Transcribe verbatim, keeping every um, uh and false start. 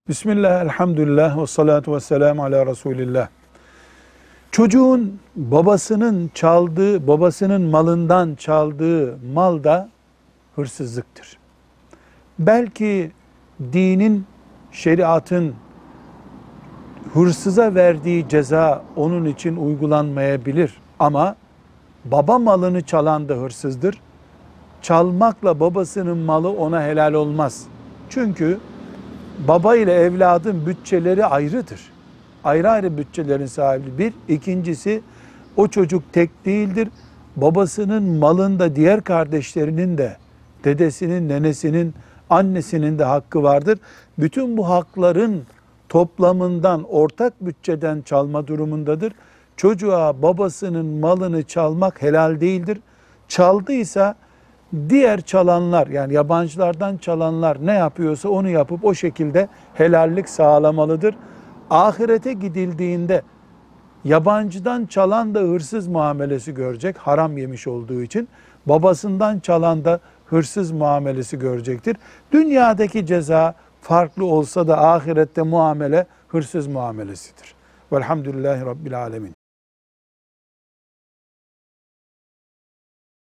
Bismillah, elhamdülillah ve salatu ve selamu ala Resulillah. Çocuğun babasının çaldığı, babasının malından çaldığı mal da hırsızlıktır. Belki dinin, şeriatın hırsıza verdiği ceza onun için uygulanmayabilir. Ama baba malını çalan da hırsızdır. Çalmakla babasının malı ona helal olmaz. Çünkü baba ile evladın bütçeleri ayrıdır. Ayrı ayrı bütçelerin sahibi bir. İkincisi, o çocuk tek değildir. Babasının malında diğer kardeşlerinin de, dedesinin, nenesinin, annesinin de hakkı vardır. Bütün bu hakların toplamından, ortak bütçeden çalma durumundadır. Çocuğa babasının malını çalmak helal değildir. Çaldıysa diğer çalanlar, yani yabancılardan çalanlar ne yapıyorsa onu yapıp o şekilde helallik sağlamalıdır. Ahirete gidildiğinde yabancıdan çalan da hırsız muamelesi görecek, haram yemiş olduğu için. Babasından çalan da hırsız muamelesi görecektir. Dünyadaki ceza farklı olsa da ahirette muamele hırsız muamelesidir. Velhamdülillahi Rabbil Alemin.